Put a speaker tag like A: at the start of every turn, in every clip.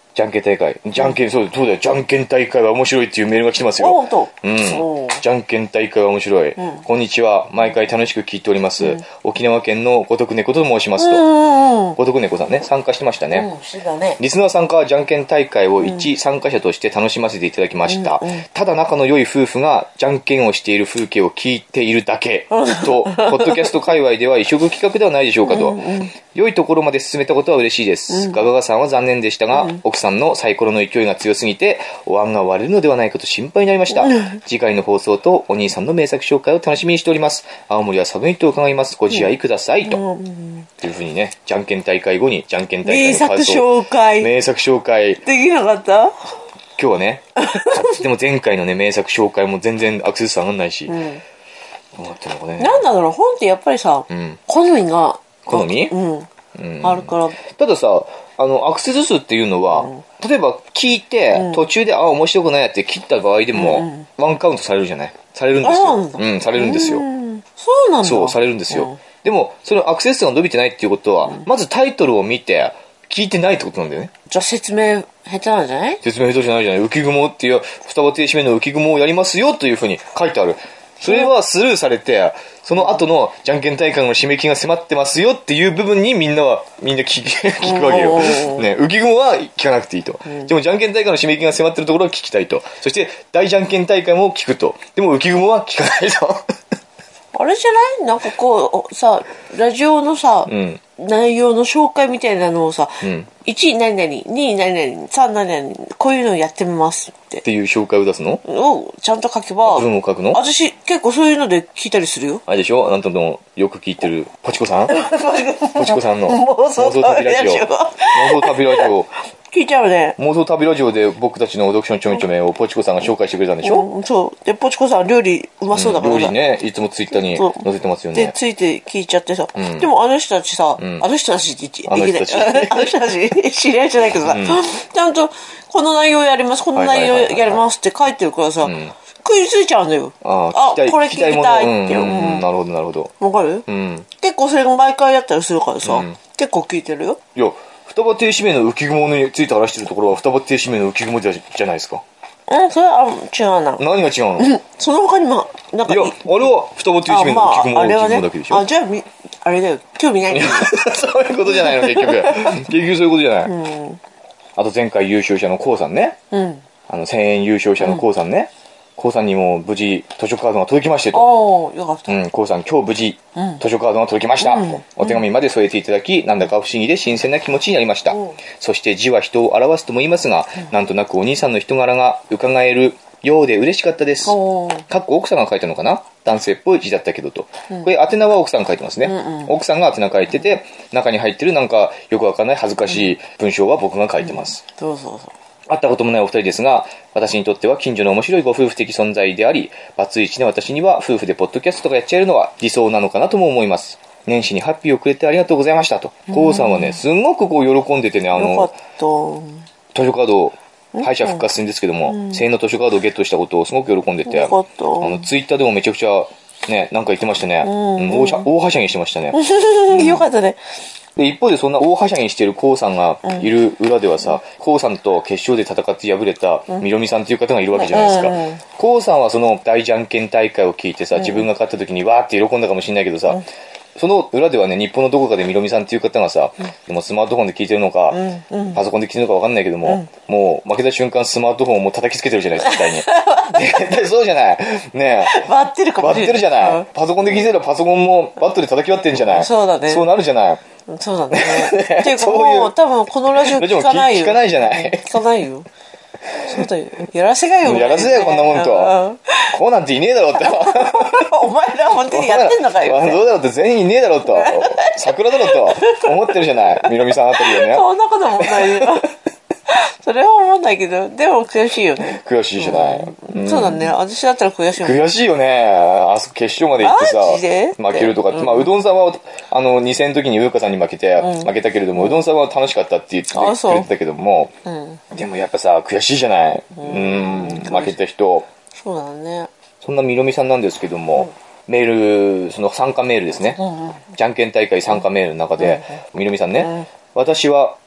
A: じゃんけん大会。じゃんけん、そうだよ。じゃんけん大会は面白いっていうメールが来てますよ。
B: 本当。
A: じゃんけん大会は面白い。こんにちは。毎回楽しく聞いております。沖縄県のごとく猫と申しますと。ごとく猫さんね、参加してましたね。
B: そうだね。
A: リスナー参加はじゃんけん大会を一参加者として楽しませていただきました。ただ仲の良い夫婦がじゃんけんをしている風景を聞いているだけと、ポッドキャスト界隈では異色企画ではないでしょうかと。良いところまで進めたことは嬉しいです。ガガガさんは残念でしたが、奥さんのサイコロの勢いが強すぎてお椀が割れるのではないかと心配になりました。次回の放送とお兄さんの名作紹介を楽しみにしております。青森は寒いと伺います。ご自愛くださいと。というふうにね、じゃんけん大会後にじゃんけん大会の感想。名作紹介。
B: できなかった？
A: 今日はね、でも前回のね、名作紹介も全然アクセス数上がんないし。どうなってんのかね。
B: なんだろう、本ってやっぱりさ、好みが。
A: 好み？
B: あるから。
A: たださ、アクセス数っていうのは、例えば聞いて、途中で、面白くないやって切った場合でも、ワンカウントされるじゃない？されるんですよ。されるんですよ。
B: そうなんだ。
A: そう、されるんですよ。でも、そのアクセス数が伸びてないっていうことは、まずタイトルを見て、聞いてないってことなんだよね。
B: じゃあ説明下手なんじゃない？
A: 説明下手じゃないじゃない。浮雲っていう、双葉亭締めの浮雲をやりますよというふうに書いてある。それはスルーされて、その後のじゃんけん大会の締め切りが迫ってますよっていう部分にみんな聞くわけよ。ね、浮雲は聞かなくていいと。でもじゃんけん大会の締め切りが迫ってるところは聞きたいと。そして大じゃんけん大会も聞くと。でも浮雲は聞かないと。
B: あれじゃない？なんかこうさ、ラジオのさ、内容の紹介みたいなのをさ、1何々、2何々、3何々、こういうのをやってみますって
A: いう紹介を出すの
B: をちゃんと書けば、
A: 文を書くの？
B: 私結構そういうので聞いたりするよ。
A: あれでしょ？なんともよく聞いてるポチコさんポチコさんの
B: 妄想旅ラジオ。
A: 妄想旅ラジオ。
B: 聞いちゃうね。
A: 妄想旅ラジオで僕たちの読書のちょめちょめをポチコさんが紹介してくれたんでしょ？
B: そう。で、ポチコさん料理うまそうだから
A: 料理ね、いつもツイッターに載せてますよね。
B: で、ついて聞いちゃってさ。でもあの人たちさ、あの人たちって言ってできない。あの人たち、知り合いじゃないけどさ、ちゃんとこの内容やります、この内容やりますって書いてるからさ、食いついちゃうんだよ。これ聞きたいって。
A: なるほど、なるほど。
B: わかる？結構それが毎回やったりするからさ、結構聞いてるよ。
A: いや、双葉亭締めの浮雲について話してるところは双葉亭締めの浮雲じゃないですか。
B: それは違うな。
A: 何が違うの？
B: その他にも、なんか。
A: いや、あれは双葉亭締めの浮雲だけでしょ。
B: じゃあ、あれだよ。興味ない。
A: そういうことじゃないの、結局。結局そういうことじゃない。あと前回優勝者のコウさんね。1000円優勝者のコウさんね。コウさんにも無事図書カードが届きましてと。
B: よかった。
A: コウさん今日無事図書カードが届きました。お手紙まで添えていただき、なんだか不思議で新鮮な気持ちになりました。そして字は人を表すとも言いますが、なんとなくお兄さんの人柄が伺えるようで嬉しかったです。奥さんが書いたのかな？男性っぽい字だったけどと。これ宛名は奥さんが書いてますね。奥さんが宛名書いてて、中に入ってるなんかよくわかんない恥ずかしい文章は僕が書いてます。
B: そう。
A: 会ったこともないお二人ですが、私にとっては近所の面白いご夫婦的存在であり、バツイチの私には夫婦でポッドキャストとかやっちゃえるのは理想なのかなとも思います。年始にハッピーをくれてありがとうございましたと。コウさんはね、すんごくこう喜んでてね、図書カード、敗者復活戦ですけども、1000円の図書カードをゲットしたことをすごく喜んでて、ツイッターでもめちゃくちゃね、なんか言ってましたね。大はしゃぎしてましたね。
B: よかったね。
A: で、一方でそんな大はしゃぎしてるコウさんがいる裏ではさ、コウさんと決勝で戦って敗れたみろみさんっていう方がいるわけじゃないですか。コウさんはその大じゃんけん大会を聞いてさ、自分が勝った時にわーって喜んだかもしれないけどさ、その裏ではね、日本のどこかでみろみさんっていう方がさ、でもスマートフォンで聞いてるのか、パソコンで聞いてるのかわかんないけども、もう負けた瞬間スマートフォンをもう叩きつけてるじゃないですか、絶対に。絶対そうじゃない。ねえ。
B: 割ってるかもしれない。
A: 割ってるじゃない。パソコンで聞いてるパソコンもバットで叩き割ってんじゃない。
B: そうだね。
A: そうなるじゃない。
B: そうだね。っていうかもう多分このラジオ聞かないよ。
A: 聞かないじゃない。
B: 聞かないよ。そうだよ。やらせがよ。
A: やらせだよ、こんなもんと。こうなんていねえだろって。
B: お前ら本当にやってんのかよ。
A: どうだろうって全員いねえだろと。桜だろと思ってるじゃない。みろみさんあたりでね。
B: そんなこともないよ。それは思うんだけど、でも悔しいよね。
A: 悔しいじゃない。
B: そうだね。私だったら悔しいもん。
A: 悔しいよね。決勝まで行ってさ、負けるとかって。まあ、うどんさんは、2戦の時にウーカさんに負けたけれども、うどんさんは楽しかったって言ってくれてたけども、でもやっぱさ、悔しいじゃない。負けた人。
B: そうだね。
A: そんなみろみさんなんですけども、メール、その参加メールですね。じゃんけん大会参加メールの中で、みろみさんね、私は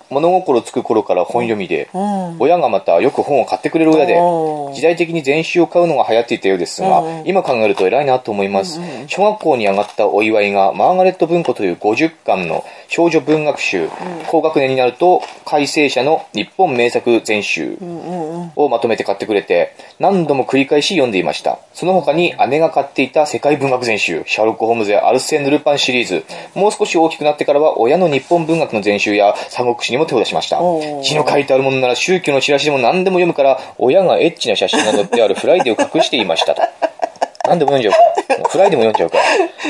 A: 物心つく頃から本読みで、親がまたよく本を買ってくれる親で、時代的に全集を買うのが流行っていたようですが、今考えると偉いなと思います。小学校に上がったお祝いがマーガレット文庫という50巻の少女文学集、高学年になると改正者の日本名作全集をまとめて買ってくれて、何度も繰り返し読んでいました。その他に姉が買っていた世界文学全集、シャーロック・ホームズやアルセーヌ・ルパンシリーズ、もう少し大きくなってからは親の日本文学の全集や三国志にも手を出しました。字の書いてあるものなら宗教のチラシでも何でも読むから、親がエッチな写真が載ってあるフライデーを隠していましたと。何でも読んじゃうか。もうフライデーも読んじゃうか。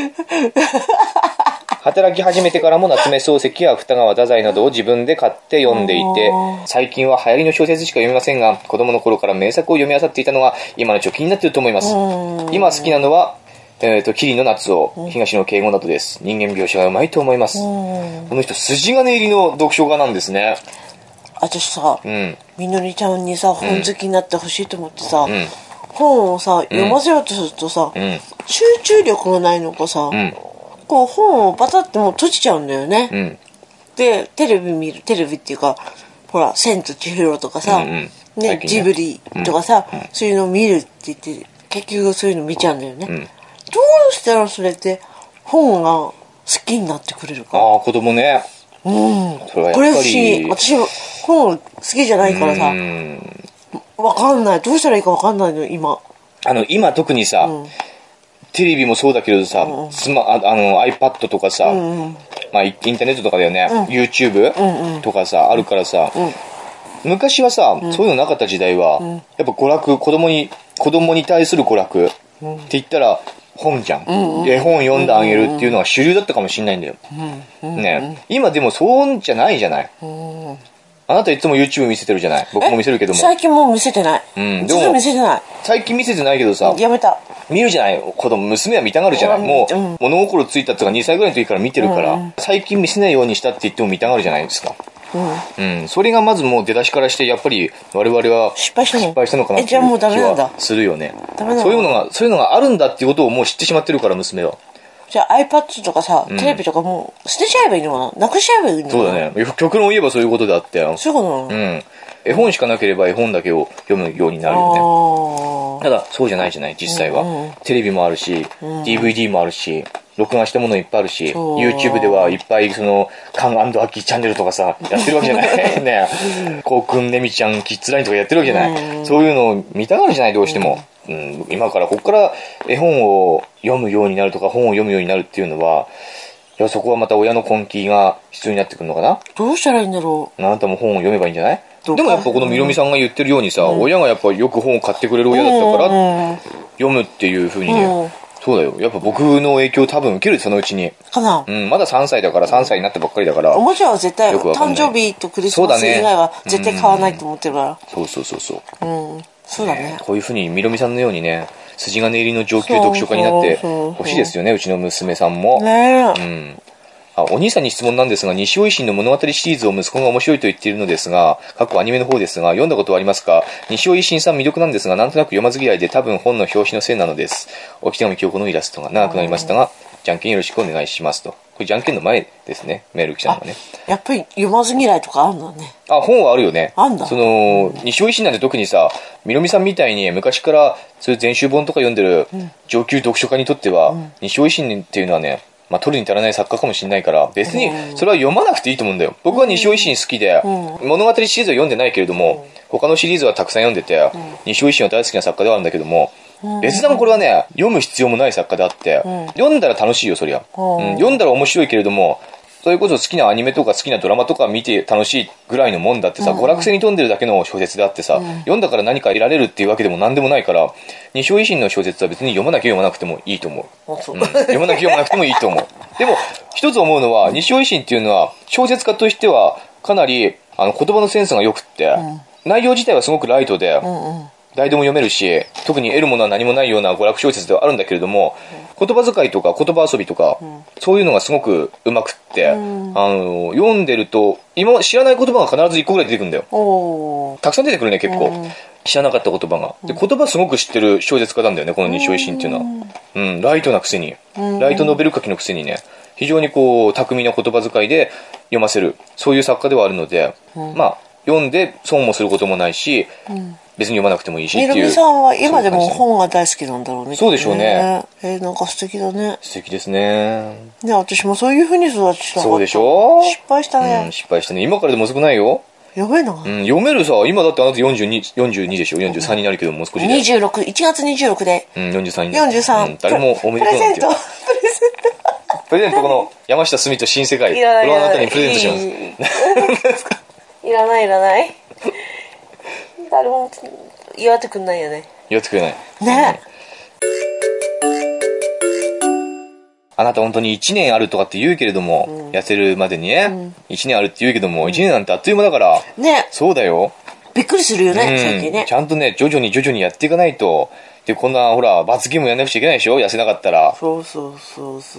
A: 働き始めてからも夏目漱石や芥川太宰などを自分で買って読んでいて、最近は流行りの小説しか読みませんが、子供の頃から名作を読み漁っていたのが今の貯金になっていると思います。今好きなのは桐野夏夫、東野圭吾などです。人間描写がうまいと思います。この人筋金入りの読書家なんですね。
B: 私さ、みのりちゃんにさ本好きになってほしいと思ってさ、本をさ読ませようとするとさ、集中力がないのかさ、こう本をバタってもう閉じちゃうんだよね、でテレビっていうかほら千と千尋とかさ、ね、ジブリとかさ、そういうのを見るって言って結局そういうの見ちゃうんだよね、どうしたらそれって本が好きになってくれるか。
A: ああ、子供ね。
B: それはやっぱりこれ不思議。私本好きじゃないからさ、わかんない。どうしたらいいかわかんないの今。
A: 今特にさ、テレビもそうだけどさ、iPad とかさ、まあインターネットとかだよね、YouTube とかさあるからさ、昔はさ、そういうのなかった時代は、やっぱ娯楽、子供に対する娯楽って言ったら本じゃん、絵本読んであげるっていうのが主流だったかもしれないんだよ、ね。今でもそうじゃないじゃない。あなたいつも YouTube 見せてるじゃない。僕も見せるけども
B: 最近もう見せてない、ずっと見せてない。
A: 最近見せてないけどさ、
B: やめた。
A: 見るじゃない。娘は見たがるじゃない。もう物心ついたとか2歳ぐらいの時から見てるから、最近見せないようにしたって言っても見たがるじゃないですか。それがまずもう出だしからしてやっぱり我々は失敗したのかなっていう気はするよね。そういうのがあるんだっていうことをもう知ってしまってるから、娘は。
B: じゃあ iPad とかさ、テレビとかもう捨てちゃえばいいのかな、なくしちゃえばいいのかな。
A: そうだね。極論言えばそういうことであって。
B: そういうことなの。
A: 絵本しかなければ絵本だけを読むようになるよね。ただそうじゃないじゃない、実際は。テレビもあるし、DVD もあるし、録画したものいっぱいあるし、YouTube ではいっぱいそのカン&アキチャンネルとかさやってるわけじゃないね。こうくんねみちゃんキッズラインとかやってるわけじゃない。そういうのを見たがるじゃない、どうしても。今からここから絵本を読むようになるとか本を読むようになるっていうのは、いや、そこはまた親の根気が必要になってくるのかな。
B: どうしたらいいんだろう。
A: あなたも本を読めばいいんじゃない。でもやっぱこのみろみさんが言ってるようにさ、親がやっぱよく本を買ってくれる親だったから、読むっていう風にね、そうだよ。やっぱ僕の影響多分受ける、そのうちに。
B: かな。
A: まだ3歳だから、3歳になったばっかりだから。
B: おもちゃは絶対、誕生日とクリスマス以外は絶対買わないと思ってるから。
A: そう。
B: そうだね。
A: こういう風にみろみさんのようにね、筋金入りの上級読書家になってほしいですよね、うちの娘さんも。ね。お兄さんに質問なんですが、西尾維新の物語シリーズを息子が面白いと言っているのですが、過去アニメの方ですが、読んだことはありますか？西尾維新さん魅力なんですが、なんとなく読まず嫌いで多分本の表紙のせいなのです。沖手紙京子のイラストが長くなりましたが、じゃんけんよろしくお願いしますと。これじゃんけんの前ですね、メール来たのがね。
B: やっぱり読まず嫌いとかあるんだね。
A: 本はあるよね。
B: あんだ。
A: 西尾維新なんて特にさ、みろみさんみたいに昔からそういう全集本とか読んでる上級読書家にとっては、西尾維新っていうのはね、取るに足らない作家かもしれないから、別にそれは読まなくていいと思うんだよ。僕は西尾維新好きで、物語シリーズは読んでないけれども、他のシリーズはたくさん読んでて、西尾維新は大好きな作家ではあるんだけども、別段これはね、読む必要もない作家であって、読んだら楽しいよ、そりゃ。読んだら面白いけれども、それこそ好きなアニメとか好きなドラマとか見て楽しいぐらいのもんだってさ、娯楽性に富んでるだけの小説であってさ、読んだから何か得られるっていうわけでも何でもないから、西尾維新の小説は別に読まなきゃ読まなくてもいいと思う。読まなきゃ読まなくてもいいと思う。でも一つ思うのは、西尾維新っていうのは小説家としてはかなり言葉のセンスが良くって、内容自体はすごくライトで、誰でも読めるし、特に得るものは何もないような娯楽小説ではあるんだけれども、言葉遣いとか言葉遊びとか、そういうのがすごくうまくって、読んでると今知らない言葉が必ず1個ぐらい出てくるんだよ。たくさん出てくるね、結構。知らなかった言葉が。で、言葉すごく知ってる小説家なんだよね、この西尾維新っていうのは。ライトなくせに。ライトノベル書きのくせにね、 非常にこう巧みな言葉遣いで読ませる、そういう作家ではあるので、まあ読んで損もすることもないし、別に読まなくてもいいしっていう。
B: めぐみさんは今でも本が大好きなんだろうね。
A: そうでしょうね。
B: なんか素敵だね。
A: 素敵ですね。
B: ね、私もそういう風に育ちたかった。
A: そうでしょ。
B: 失敗したね。
A: 失敗したね。今からでも遅くないよ。
B: 読めない。
A: 読めるさ。今だってあなた42でしょ。43になるけどもう少しで。
B: 26、1月26で。
A: 43になる。
B: 43。
A: 誰もおめでとうなんて。プレゼントこの山下澄と新世界。これはあなたにプレゼントします。
B: いらない。誰も祝ってくんないよね。
A: 祝ってくれない。
B: ね。
A: あなた本当に1年あるとかって言うけれども、痩せるまでにね、1年あるって言うけども、1年なんてあっという間だから。
B: ね。
A: そうだよ。
B: びっくりするよね、最近ね。
A: ちゃんとね、徐々にやっていかないと。で、こんな、ほら、罰ゲームやんなくちゃいけないでしょ、痩せなかったら。
B: そう。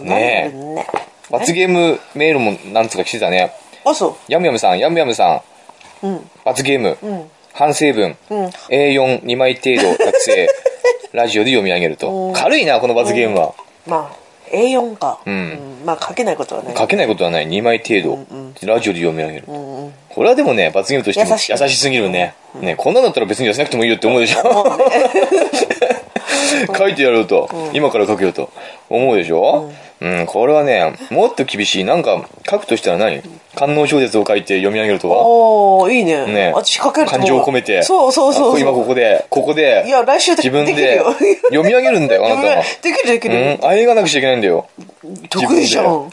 B: ね。
A: 罰ゲームメールもなんつうか来てたね。
B: あ、そう。
A: ヤムヤムさん。罰ゲーム。反省文。A4、2枚程度作成。ラジオで読み上げると。軽いな、この罰ゲームは。
B: まあ、A4 か。まあ、書けないことはない。
A: 書けないことはない。2枚程度。ラジオで読み上げる。これはでもね、罰ゲームとしても優しすぎるね。ね、こんなんだったら別に痩せなくてもいいよって思うでしょ。書いてやろうと、今から書けようと思うでしょ。これはね、もっと厳しい。なんか書くとしたら何、官能小説を書いて読み上げるとか。
B: おー、いいね。私書けると思う。
A: 感情を込めて。
B: そう。
A: 今ここで。
B: いや、来週
A: 自分で読み上げるんだよ、あなたは。
B: できる。
A: あれがなくちゃいけないんだよ。
B: 得意じゃん。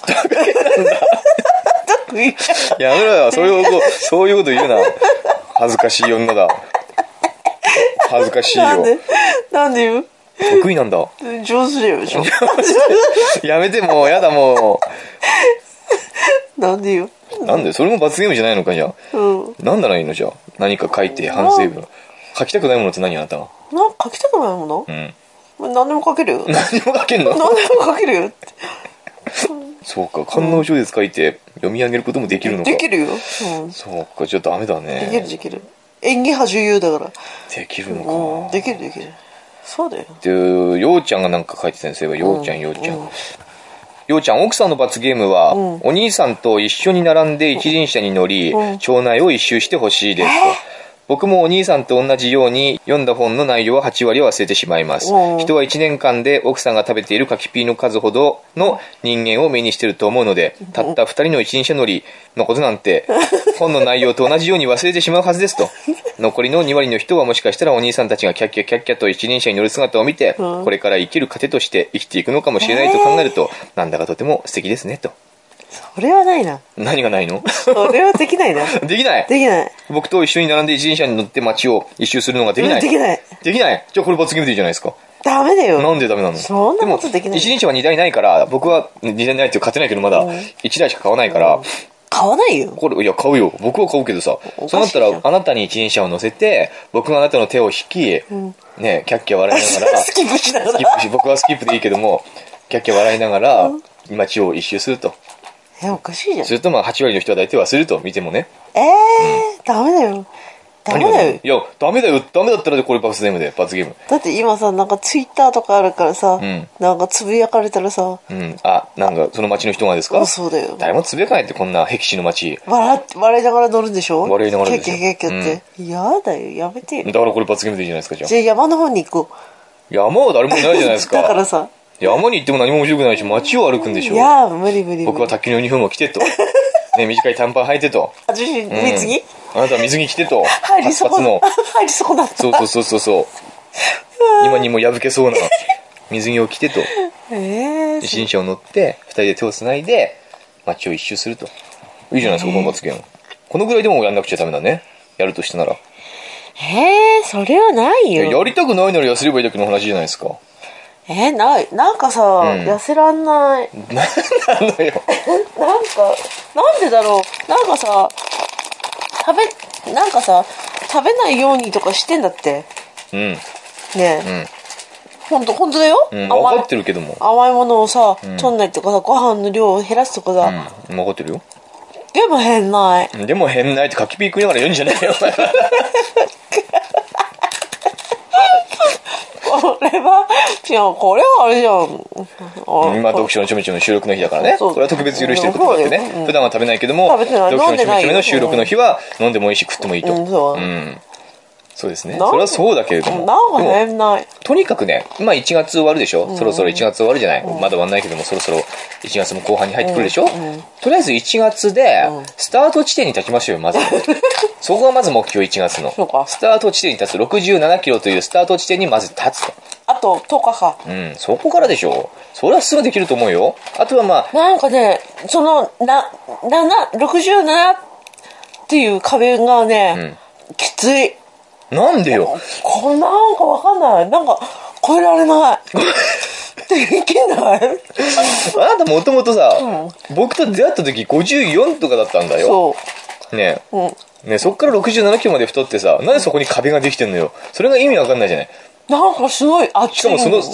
A: やめろよ、そういうこと言うな。恥ずかしい女だ。恥ずかしいよ。
B: なんで言う？
A: 得意なんだ。
B: 上手だよ、
A: やめて、もうやだ、も
B: う。なんで言う？
A: なんでそれも罰ゲームじゃないのか、じゃあ。なんならいいの、じゃあ。何か書いて反省文。書きたくないものって何、あなたは。
B: 書きたくないもの？何でも書けるよ。
A: 何でも書けるの？
B: 何でも書けるよって。
A: そうか、官能小説書いて読み上げることもできるのか。
B: できるよ。
A: そうか、じゃあダメだね。
B: できる。演技派女優だから。
A: できるのか。
B: できる。そうだよ。
A: で、ようちゃんがなんか書いてたんですよ。ようちゃん。ようちゃん、奥さんの罰ゲームは、お兄さんと一緒に並んで一輪車に乗り、町内を一周してほしいですと。僕もお兄さんと同じように読んだ本の内容は8割忘れてしまいます。人は1年間で奥さんが食べている柿ピーの数ほどの人間を目にしてると思うので、たった2人の一輪車乗りのことなんて本の内容と同じように忘れてしまうはずですと。残りの2割の人はもしかしたらお兄さんたちがキャッキャと一輪車に乗る姿を見て、これから生きる糧として生きていくのかもしれないと考えると、なんだかとても素敵ですねと。
B: それはないな。
A: 何がないの？
B: それはできないな。
A: できない。僕と一緒に並んで一輪車に乗って街を一周するのができない。
B: できない。
A: じゃあこれ罰ゲームでいいじゃないですか。
B: ダメだよ。
A: なんでダメなの？
B: そんなことできない。
A: 一輪車は2台ないから、僕は2台ないって勝てないけどまだ1台しか買わないから。
B: 買わないよ。
A: いや、買うよ。僕は買うけどさ。そうなったら、あなたに一輪車を乗せて、僕があなたの手を引き、ね、キャッキャ笑いながら。
B: スキップしながら。
A: 僕はスキップでいいけども、キャッキャ笑いながら、街を一周すると。
B: おかしいじゃん。
A: すると8割の人は大体はすると見てもね。
B: ダメだよ。ダメだよ。
A: いや、ダメだよ。ダメだったらこれ罰ゲームで、罰ゲーム。
B: だって今さ、なんかツイッターとかあるからさ、なんかつぶやかれたらさ、
A: なんかその街の人がですか？
B: そうだよ。
A: 誰もつぶやかないって、こんな僻地の街。
B: 笑いながら乗るんでしょ？
A: 笑いながらですよ。
B: キャッキャって。やだよ、やめてよ。
A: だからこれ罰ゲームでいいじゃないですか、じゃあ。
B: じゃあ山の方に行こ
A: う。山は誰もいないじゃないですか。
B: だからさ。
A: 山に行っても何も面白くないし、街を歩くんでしょ。
B: いや無理。
A: 僕は卓球のユニフォームを着てと。ね、短い短パン履いてと。
B: 水着？
A: あなたは水着着てと。
B: 入り損なった。
A: そう。今にも破けそうな水着を着てと。一輪車を乗って、2人で手をつないで、街を一周すると。いいじゃないですか、この罰ゲーム。このぐらいでもやんなくちゃダメだね。やるとしたなら。
B: それはないよ。
A: やりたくないなら痩せればいいだけの話じゃないですか。
B: ない。なんかさ、痩せらんない。
A: なんなのよ。
B: なんでだろう。なんかさ、食べないようにとかしてんだって。ねえ。ほんとだよ。
A: 分かってるけども。
B: 甘いものをさ、取んないとかさ、ご飯の量を減らすとかさ。
A: 分かってるよ。
B: でも変ない。
A: でも変ないって柿ピー食いながら言うんじゃないよ。
B: れは、いや、これはあれじゃん。
A: 今、読書のちょめちょめの収録の日だからね。
B: そう
A: これは特別許してることだってね。普段は食べないけども、
B: 食べてない
A: 読書のちょめちょめの収録の日は飲んでもいいし食ってもいいと。そうですね。それはそうだけれども。
B: なんか変ない。
A: とにかくね、今1月終わるでしょ、そろそろ1月終わるじゃない、まだ終わんないけども、そろそろ1月も後半に入ってくるでしょ、とりあえず1月で、スタート地点に立ちましょうよ、まず。そこがまず目標、1月の。
B: そうか。
A: スタート地点に立つ、67キロというスタート地点にまず立つと。
B: あと10日か。
A: そこからでしょ。それはすぐできると思うよ。あとはまあ。
B: なんかね、その、67っていう壁がね、きつい。
A: なんでよ。
B: これなんかわかんない。なんか、超えられない。できない。
A: あなたもともとさ、僕と出会った時54とかだったんだよ。
B: そう。
A: ねね、そっから67キロまで太ってさ、なんでそこに壁ができてんのよ。それが意味わかんないじゃない。
B: なんかすごい熱い。
A: しかもその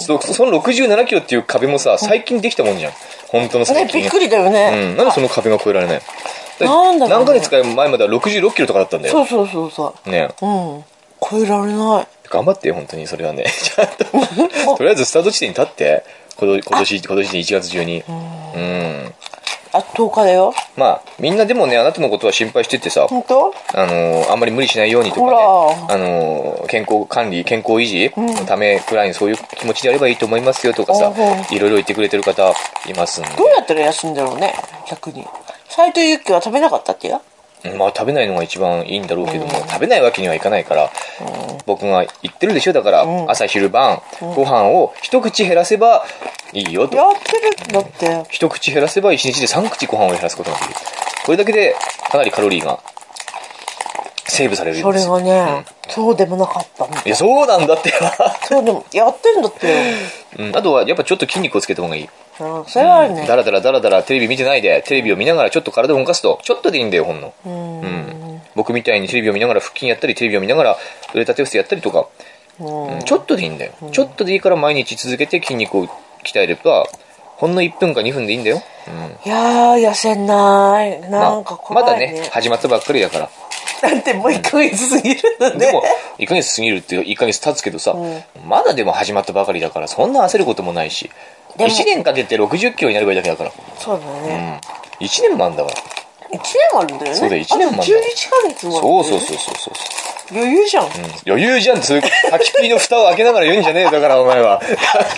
A: 67キロっていう壁もさ、最近できたもんじゃん。本当の最近。
B: ね、びっくりだよね。
A: なんでその壁が越えられない。
B: なんだろう、ね。
A: 何ヶ月か前までは66キロとかだったんだよ。
B: そう
A: ね。
B: 超えられない。
A: 頑張ってよ、本当にそれはね。ちゃんと。とりあえずスタート地点に立って、今年1月中に。
B: あ、10日だよ。
A: まあ、みんなでもね、あなたのことは心配しててさ、
B: 本当？
A: あんまり無理しないようにとかね、健康管理、健康維持のためくらいにそういう気持ちでやればいいと思いますよとかさ、いろいろ言ってくれてる方いますんで。
B: どうやったら休んだろうね、逆に。斉藤由貴は食べなかったってよ。
A: まあ食べないのが一番いいんだろうけども、食べないわけにはいかないから、僕が言ってるでしょ、だから、朝昼晩、ご飯を一口減らせばいいよと。
B: やってるんだって。
A: 一口減らせば一日で3口ご飯を減らすことができる。これだけでかなりカロリーがセーブされるんですよ。
B: それがね、そうでもなかったんだ。
A: いや、そうなんだってよ。
B: そうでも、やってんだってよ。
A: あとはやっぱちょっと筋肉をつけた方がいい。
B: それはあるね。
A: だらだらテレビ見てないで、テレビを見ながらちょっと体を動かすと、ちょっとでいいんだよ、ほんの。僕みたいにテレビを見ながら腹筋やったり、テレビを見ながら腕立て伏せやったりとか、ちょっとでいいんだよ。ちょっとでいいから毎日続けて筋肉を鍛えれば、ほんの1分か2分でいいんだよ。
B: いやー、痩せない。なんか怖いね。
A: まだね、始まったばっかりだから。
B: だってもう1ヶ月過ぎるのね。
A: でも、1ヶ月過ぎるって1ヶ月経つけどさ、まだでも始まったばかりだから、そんな焦ることもないし、1年かけて60キロになればいいだけだから。
B: そうだね。
A: 1年もあんだから。
B: 1年もあるんだよね。
A: そうだよ、1年もあんだ
B: 12ヶ月もある。
A: そう。
B: 余裕じゃん。
A: 余裕じゃんって、そういう柿ピーの蓋を開けながら言うんじゃねえよ、だからお前は。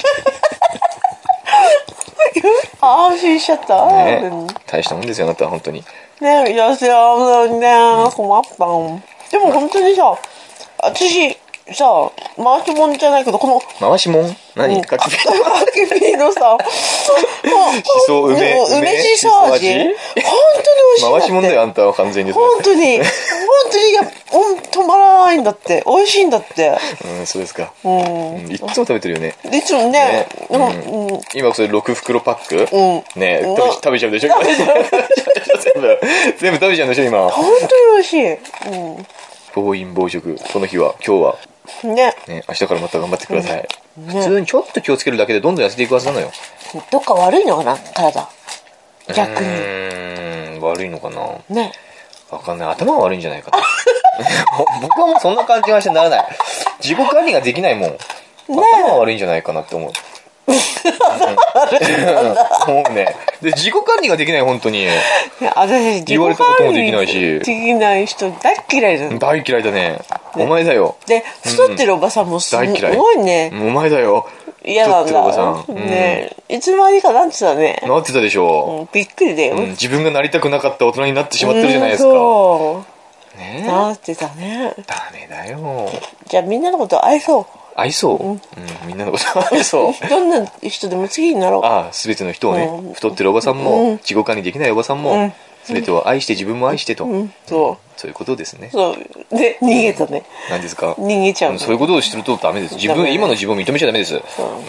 B: 安心しちゃった。
A: 大したもんですよ、あなたは本当に。
B: ね、痩せられないね。困ったの。でも本当にさ、私、さ、回しもんじゃないけど、この、
A: 回しもん何柿ピー
B: 柿ピーのさ、
A: しそ、梅
B: しそ味本当に美味しいんだって。
A: 回しもんだよ、あんたは完全に。
B: 本当に止まらないんだって。美味しいんだって。
A: そうですか。いつも食べてるよね。
B: いつもね。
A: 今それ6袋パックね、食べちゃうでしょ全部食べちゃうんでしょ、今。
B: 本当に美味しい。
A: 暴飲暴食、この日は、今日は。
B: ね、
A: 明日からまた頑張ってください。普通にちょっと気をつけるだけでどんどん痩せていくはずなのよ。
B: どっか悪いのかな、体。逆に。
A: 悪いのかな。
B: ね。
A: わかんない。頭が悪いんじゃないかな。僕はもうそんな感じがしてならない。自己管理ができないもん。頭が悪いんじゃないかなって思う。もうね。で、自己管理ができない、本当に。
B: 私、
A: 言われたこともできないし。
B: できない人大嫌いだね。
A: 大嫌いだね。お前だよ。
B: で、太ってるおばさんもすごいね。
A: お前だよ。
B: 嫌なんだ。ね、いつの間にかなってたね。
A: なってたでしょ。
B: びっくりだよ。
A: 自分がなりたくなかった大人になってしまってるじゃないですか。
B: ね、なってたね。
A: ダメだよ。
B: じゃあみんなのこと愛そう。
A: 愛そう、みんなのこと愛そう。
B: どんな人でも次になろう。
A: ああ、すべての人をね、太ってるおばさんも、自己管理できないおばさんも、すべてを愛して自分も愛してと。そういうことですね。
B: そう。で、逃げたね。
A: 何ですか？
B: 逃げちゃう。
A: そういうことをしてるとダメです。今の自分を認めちゃダメです。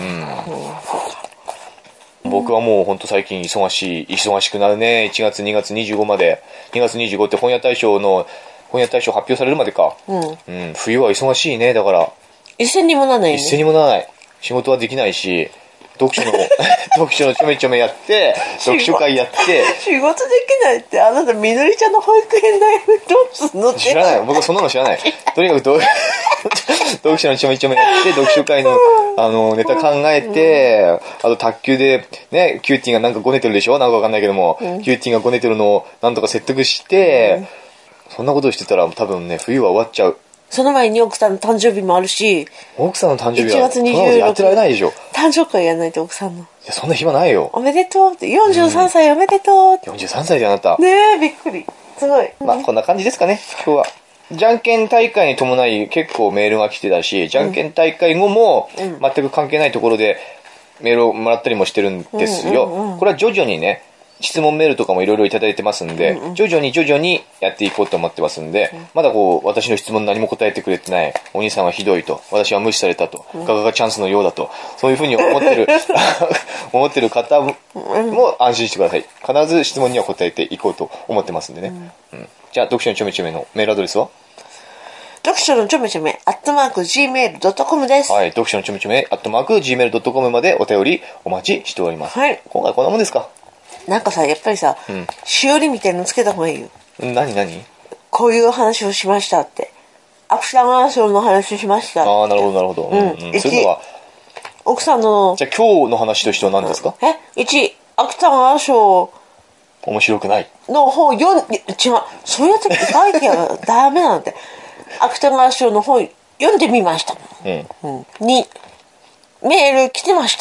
A: 僕はもう本当最近忙しくなるね。1月2月25まで。2月25って本屋大賞発表されるまでか。冬は忙しいね。だから。
B: 一銭にもならないね。
A: 一銭にもならない。仕事はできないし、 読書のちょめちょめやって、読書会やって。
B: 仕事できないって、あなたみのりちゃんの保育園代一つの
A: 知らない。僕そんなの知らない。とにかく読書のちょめちょめやって、読書会の、ネタ考えて、あと卓球で、ね、キューティーがなんかごねてるでしょ、なんかわかんないけども、キューティーがごねてるのをなんとか説得して、そんなことをしてたら多分ね、冬は終わっちゃう。
B: その前に奥さんの誕生日もあるし、
A: 奥さんの誕生日は1月26日やってられないでしょ。
B: 誕生会やらないと奥さんの。い
A: や、そんな暇ないよ。
B: おめでとうって、43歳おめでとうって。
A: 43歳であなた。
B: ねえ、びっくり。すごい。
A: まあ、こんな感じですかね、今日は。じゃんけん大会に伴い結構メールが来てたし、じゃんけん大会後も全く関係ないところでメールをもらったりもしてるんですよ。これは徐々にね、質問メールとかもいろいろいただいてますんで、徐々にやっていこうと思ってますんで、まだこう、私の質問何も答えてくれてない、お兄さんはひどいと、私は無視されたと、ガガガチャンスのようだと、そういうふうに思ってる、思ってる方も安心してください。必ず質問には答えていこうと思ってますんでね。じゃあ、読書のちょめちょめのメールアドレスは
B: 読書のちょめちょめ、@gmail.com です。
A: はい、読書のちょめちょめ、@gmail.com までお便りお待ちしております。はい。今回こんなもんですか？
B: なんかさ、やっぱりさ、しおりみたいなのつけた方がいいよ。
A: 何
B: こういう話をしましたって。アクションアーションの話をしました。
A: ああ、なるほど、なるほど。そういうのは。
B: 奥さんの。
A: じゃあ今日の話としては何ですか
B: ？1、アクションアーション。
A: 面白くない。
B: の本違う。そういうやつ書いてはダメなんて。アクションアーションの本読んでみました。2、メール来てました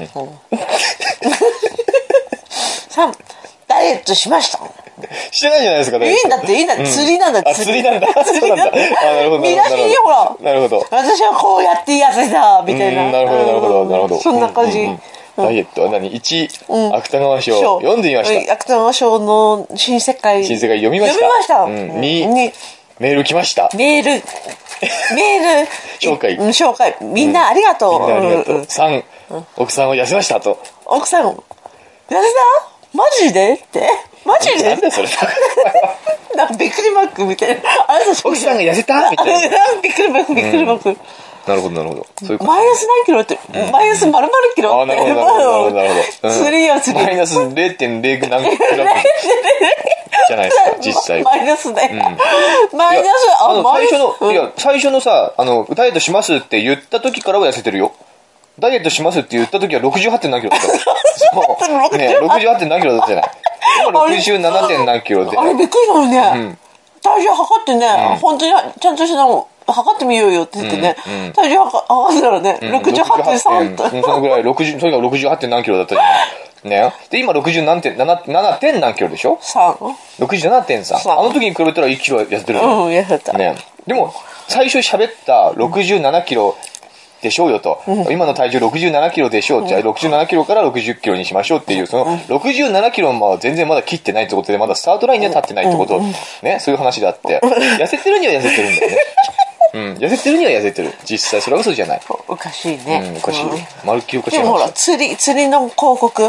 B: 。3、ダイエットしました。
A: してないじゃないですかね。
B: いいんだって、釣りなんだ、
A: 釣りなんだ。そうなんだ。なるほど。
B: 見出しにほら、
A: なるほど。
B: 私はこうやって痩せた、みたいな。
A: なるほど。
B: そんな感じ。
A: ダイエットは何 ?1、芥川賞読んでみました。
B: 芥川賞の新世界
A: 読みました。2、メール来ました。
B: メール
A: 紹
B: 介。みんなありがとう。
A: 3、奥さんは痩せましたと。
B: 奥さん、痩せた？マジでって？マジで？
A: なんだそれ。
B: なんかびっくりマークみたいな。
A: 奥さんが痩せたみたいな。
B: びっくりマーク。
A: なるほど。
B: マイナス何キロって、マイナス丸々キロって。
A: なるほど。
B: 釣り。
A: マイナス 0.0 何キロじゃないですか、実際。
B: マイナスね。マイナス、
A: 最初のさ、ダイエットしますって言った時からは痩せてるよ。ダイエットしますって言った時は 68. 何キロだった。そう。ね、68. 何キロだったじゃない。今 67. 何キロで。
B: あれびっくりしたのね。体重測ってね、本当にちゃんとしたの測ってみようよって言ってね、体重測ったらね、68.3 と。
A: そのぐらい、とにかく 68. 何キロだったじゃない。ね。で、今67. 何キロでしょ
B: ?3。
A: 67.3。あの時に比べたら1キロ痩せてるの。
B: 痩せた。
A: ね。でも、最初喋った67キロでしょうよと。今の体重67キロでしょう。じゃあ67キロから60キロにしましょうっていう、その67キロも全然まだ切ってないってことで、まだスタートラインには立ってないってこと。ね。そういう話であって。痩せてるには痩せてるんだよね。痩せてるには痩せてる。実際それは嘘じゃない。
B: おかしいね。
A: おかしい。まるっきりおかしい。
B: でもほら、釣りの広告。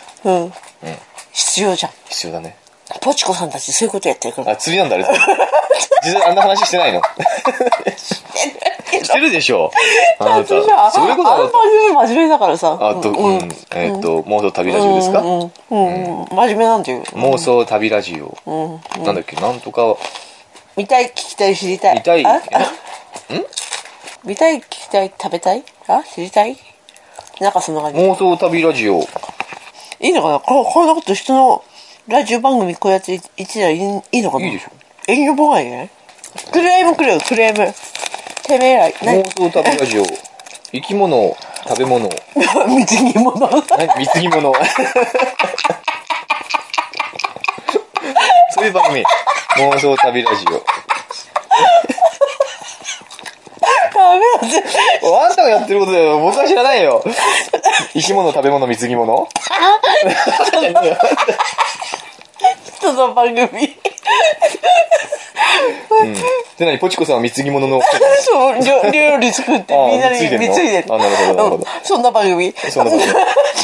B: 必要じゃん。
A: 必要だね。
B: ポチコさんたちそういうことやってるから。
A: あ、釣りなんだあれ。実際あんな話してないの？してるでしょ。
B: あなた。そういうことだ。あの番組真面目だからさ。
A: 妄想旅ラジオですか？
B: 真面目なんていう。
A: 妄想旅ラジオ。なんだっけ、なんとか。
B: 見たい、聞きたい、知りたい。
A: 見たい。
B: 見たい、聞きたい、食べたい？知りたい？なんかそんな感じ。
A: 妄想旅ラジオ。
B: いいのかな？こんなこと人のラジオ番組こうやって言ってたらいいのかな？
A: いいでしょ。
B: 営業妨害ね。クレーム来るよ、クレーム。てめえら。
A: 妄想旅ラジオ。生き物、食べ物。
B: 貢ぎ物。
A: 貢ぎ物。そういう番組。妄想旅ラジオ。あんたがやってることだよ。僕は知らないよ。生き物、食べ物、貢ぎ物。
B: 人の番組。
A: で、何ポチコさんは貢ぎ物の。
B: そう、料理作ってみんなに貢いでる。
A: なるほど。
B: そんな番組。
A: そんな番組。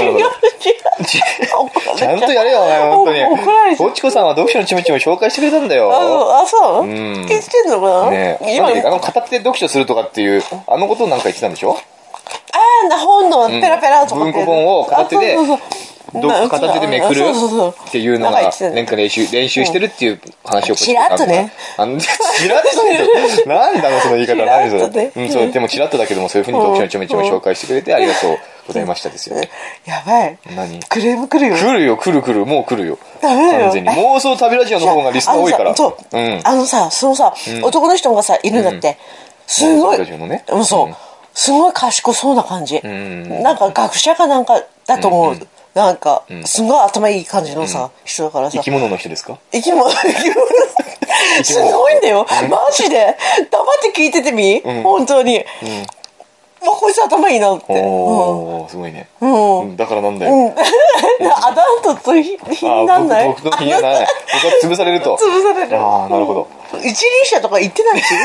A: ちゃんとやれよ、お前、本当に。ポチコさんは読書のちめちめ紹介してくれたんだよ。
B: そう聞いてんのかな？
A: ねえ。今、片手で読書するとかっていう、あのことなんか言ってたんでしょ？
B: な本のペラペラとか
A: 文庫本を片手で片手でめくるっていうのがなんか練習してるっていう話を
B: チラッとね
A: チラッとねなんだその言い方何それそうでもチラッとだけどもそういうふうに読書のちょめちょめ紹介してくれてありがとうございましたですよね。
B: やばい。
A: 何
B: クレーム来るよ。
A: 来るもう来るよ。
B: ダメだよ。
A: 完全に妄想旅ラジオの方がリスナー多いから。
B: そうそのさ男の人がさいるんだってすごいそうすごい賢そうな感じ。なんか学者かなんかだと思う。なんかすごい頭いい感じのさ人だからさ。
A: 生き物の人ですか？
B: 生き物すごいんだよ。マジで黙って聞いててみ本当に。こいつ頭いいなって。
A: おー、すごいね。だからなんだよ。
B: アダントと比になんない？
A: 僕の比にはならない。僕は潰されると。
B: 潰される。
A: ああ、なるほど。
B: 一輪車とか言ってないし。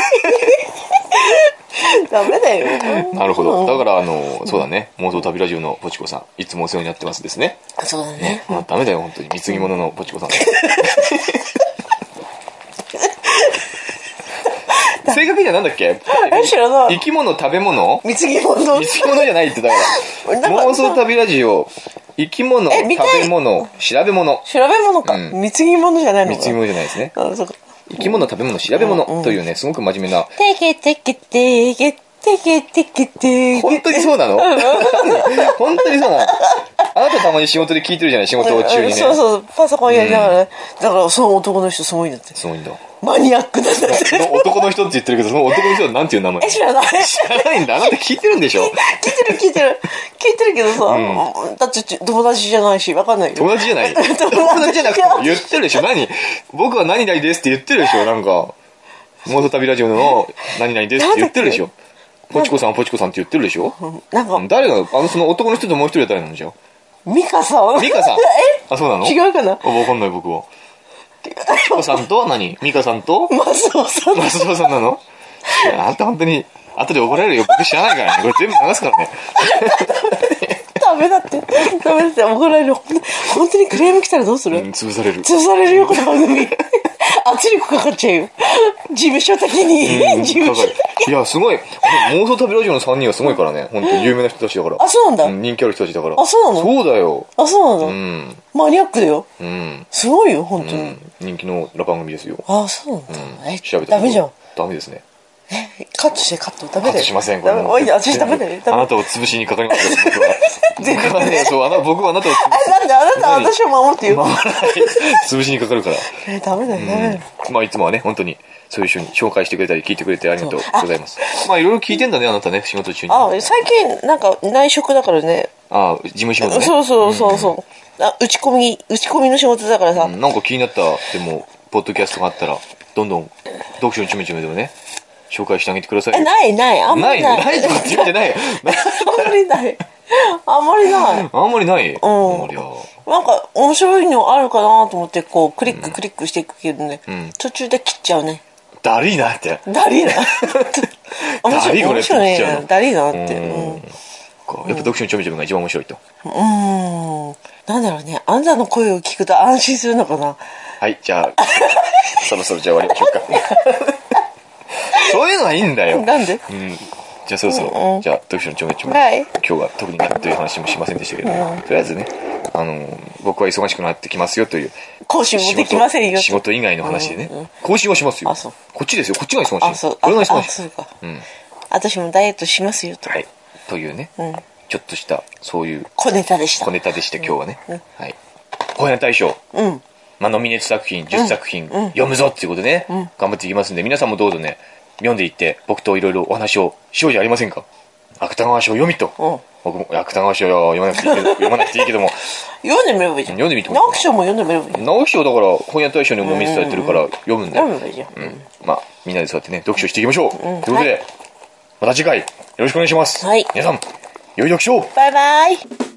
B: ダメだよ。
A: なるほど。だからそうだね。妄想旅ラジオのポチコさん、いつもお世話になってますですね。
B: そうだね。
A: ダメだよ、本当に。貢ぎ物のポチコさん。正確にはなんだっけ？
B: 知らない。
A: 生き物、食べ物？
B: 貢ぎ物
A: じゃないってだから。妄想旅ラジオ、生き物、食べ物、調べ物。
B: 調べ物か。貢ぎ物じゃないのか。
A: 貢ぎ物じゃないですね。生き物、食べ物、調べ物というね、すごく真面目な。
B: てけてけてけてけてけて。
A: 本当にそうなの？本当にそうなの？あなたたまに仕事で聞いてるじゃない、仕事中にね。
B: そうパソコンやりながらね。だからその男の人すごいんだって。
A: すごいんだ。
B: マニアックなんだって。
A: その男の人って言ってるけど、その男の人はなんていう名前？
B: 知らない。
A: 知らないんだ。あなた聞いてるんでしょ？
B: 聞いてるけどさ、だって友達じゃないし、わかんないよ。
A: 友達じゃない？友達じゃなくても言ってるでしょ？僕は何々ですって言ってるでしょ？なんか、妄想旅ラジオの何々ですって言ってるでしょ？ポチコさんって言ってるでしょ？
B: なんか、
A: 誰が、その男の人ともう一人は誰なんじゃ？
B: ミカさん。
A: あ、そうなの？
B: 違うかな？
A: わかんない僕は。ポチコさんとミカさんと
B: マスオさん
A: なの？あんた本当に後で怒られるよ。僕知らないからね。これ全部流すからね。
B: ダメだって怒られる。本当にクレーム来たらどうする？
A: 潰される
B: よ、この番組。圧力かかっちゃうよ。事務所的に。
A: いや、すごい。妄想旅ラジオの3人はすごいからね。本当に有名な人たちだから。
B: あ、そうなんだ。
A: 人気ある人たちだから。
B: あ、そうなの？
A: そうだよ。
B: あ、そうなの？マニアックだよ。すごいよ、本当に。
A: 人気のラ番組ですよ。
B: あ、そうなんだ。
A: 調べた。
B: ダメじゃん。
A: ダメですね。
B: カットしてダメだよ。
A: カットしません。
B: 私ダメだよ。
A: あなたを潰しにかかりますよ、僕は。僕はあなたを潰し
B: なんであなたは私を守ってよ。
A: 潰しにかかるから。
B: ダメだよ。
A: まあいつもはね、本当にそういう人に紹介してくれたり聞いてくれてありがとうございます。まあいろいろ聞いてんだね、あなたね、仕事中に。
B: 最近なんか内職だからね。
A: 事務仕事ね。
B: そう。打ち込みの仕事だからさ。
A: なんか気になった、でも、ポッドキャストがあったら、どんどん、読書のちめちめでもね、紹介してあげてください。
B: ない。あんまりない。
A: ないとかって言ってない。
B: あんまりない。あんまりない。
A: あんまりない。
B: なんか面白いのあるかなと思ってこうクリックしていくけどね、途中で切っちゃうね。
A: だりーなって。
B: だりーな。面白いね。だりーなって。
A: やっぱ読書のちょめちょめが一番面白いと。
B: なんだろうね。あんたの声を聞くと安心するのかな。
A: はい、じゃあそろそろじゃあ終わりましょうか。そういうのはいいんだよ。
B: なんで？
A: じゃあそろそろ、じゃあ読書のちょめちょめ、今日は特に何という話もしませんでしたけど、とりあえずね、僕は忙しくなってきますよという、
B: 更新もできませんよ。
A: 仕事以外の話でね、更新はしますよ。こっちですよ、こっちが忙しい。
B: これ
A: が忙しい。
B: そうか。私もダイエットしますよと。
A: はい。というね、ちょっとしたそういう
B: 小ネタでした。
A: 今日はね、はい。本屋大賞。ノミネート作品10作品読むぞっていうことでね、頑張っていきますんで、皆さんもどうぞね、読んでいって僕といろいろお話をしようじゃありませんか。芥川賞読みと、僕も芥川賞読まなくていいけども
B: 読んでみればいいじゃん。直木賞も読んでみればいいじゃん。
A: 直木賞だから本屋大賞にノミネートされてるから読むんだよ。
B: 読めばいいじゃん。
A: まあみんなでそうやってね読書していきましょう。ということで、また次回よろしくお願いします。皆さん良い読書を。
B: バイバイ。